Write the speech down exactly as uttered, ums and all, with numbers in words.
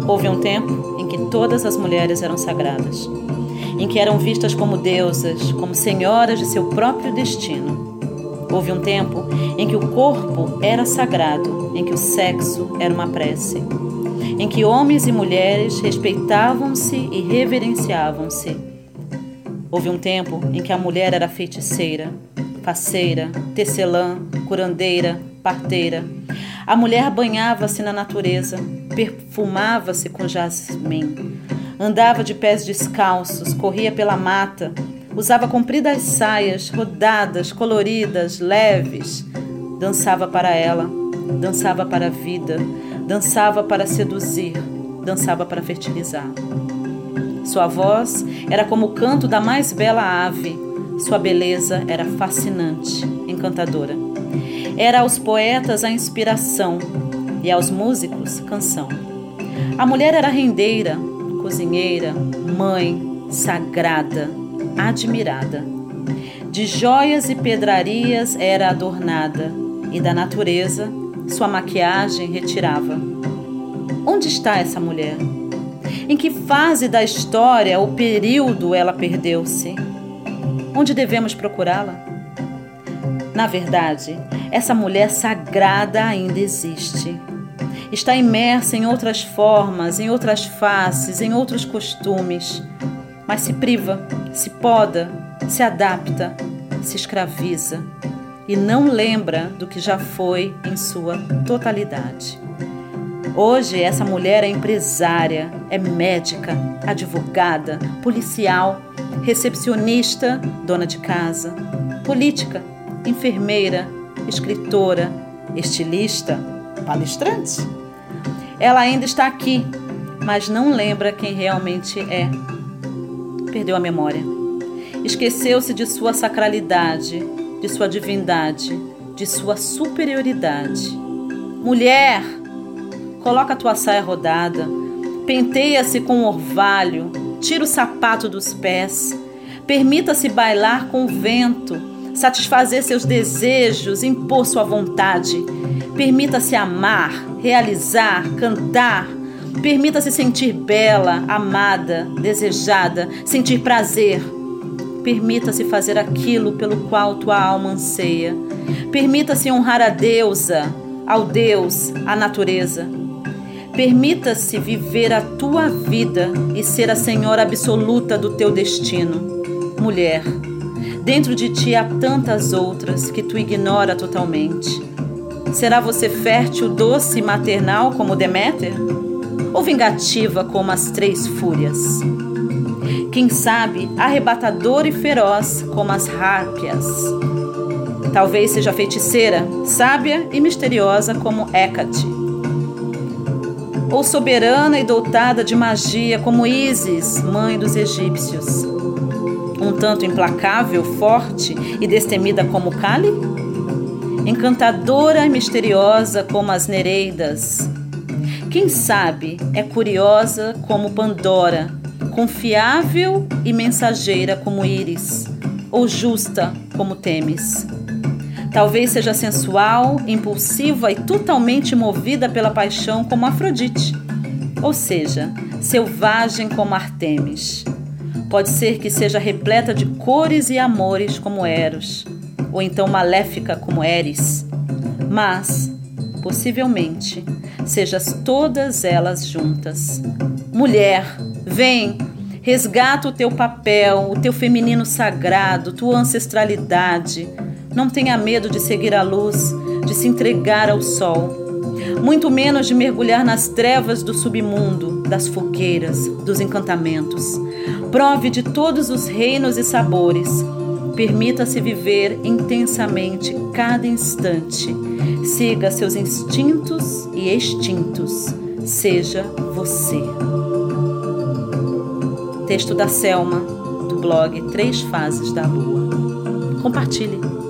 Houve um tempo em que todas as mulheres eram sagradas, em que eram vistas como deusas, como senhoras de seu próprio destino. Houve um tempo em que o corpo era sagrado, em que o sexo era uma prece, em que homens e mulheres respeitavam-se e reverenciavam-se. Houve um tempo em que a mulher era feiticeira, faceira, tecelã, curandeira, parteira. A mulher banhava-se na natureza, perfumava-se com jasmim, andava de pés descalços, corria pela mata, usava compridas saias, rodadas, coloridas, leves. Dançava para ela, dançava para a vida, dançava para seduzir, dançava para fertilizar. Sua voz era como o canto da mais bela ave, sua beleza era fascinante, encantadora. Era aos poetas a inspiração e aos músicos canção. A mulher era rendeira, cozinheira, mãe, sagrada, admirada. De joias e pedrarias era adornada e da natureza sua maquiagem retirava. Onde está essa mulher? Em que fase da história ou período ela perdeu-se? Onde devemos procurá-la? Na verdade, essa mulher sagrada ainda existe. Está imersa em outras formas, em outras faces, em outros costumes, mas se priva, se poda, se adapta, se escraviza e não lembra do que já foi em sua totalidade. Hoje, essa mulher é empresária, é médica, advogada, policial, recepcionista, dona de casa, política, enfermeira, escritora, estilista, palestrante. Ela ainda está aqui, mas não lembra quem realmente é. Perdeu a memória. Esqueceu-se de sua sacralidade, de sua divindade, de sua superioridade. Mulher, coloca a tua saia rodada, penteia-se com orvalho, tira o sapato dos pés, permita-se bailar com o vento, satisfazer seus desejos, impor sua vontade. Permita-se amar, realizar, cantar. Permita-se sentir bela, amada, desejada, sentir prazer. Permita-se fazer aquilo pelo qual tua alma anseia. Permita-se honrar a deusa, ao Deus, à natureza. Permita-se viver a tua vida e ser a senhora absoluta do teu destino. Mulher, dentro de ti há tantas outras que tu ignora totalmente. Será você fértil, doce e maternal como Deméter? Ou vingativa como as três fúrias? Quem sabe, arrebatadora e feroz como as Hárpias. Talvez seja feiticeira, sábia e misteriosa como Hécate. Ou soberana e dotada de magia como Ísis, mãe dos egípcios. Um tanto implacável, forte e destemida como Kali? Encantadora e misteriosa como as Nereidas. Quem sabe é curiosa como Pandora, confiável e mensageira como Íris, ou justa como Temis. Talvez seja sensual, impulsiva e totalmente movida pela paixão como Afrodite, ou seja, selvagem como Artemis. Pode ser que seja repleta de cores e amores como Eros, ou então maléfica como Eris, mas, possivelmente, sejas todas elas juntas. Mulher, vem, resgata o teu papel, o teu feminino sagrado, tua ancestralidade. Não tenha medo de seguir a luz, de se entregar ao sol. Muito menos de mergulhar nas trevas do submundo, das fogueiras, dos encantamentos. Prove de todos os reinos e sabores. Permita-se viver intensamente cada instante. Siga seus instintos e extintos. Seja você. Texto da Selma, do blog Três Fases da Lua. Compartilhe.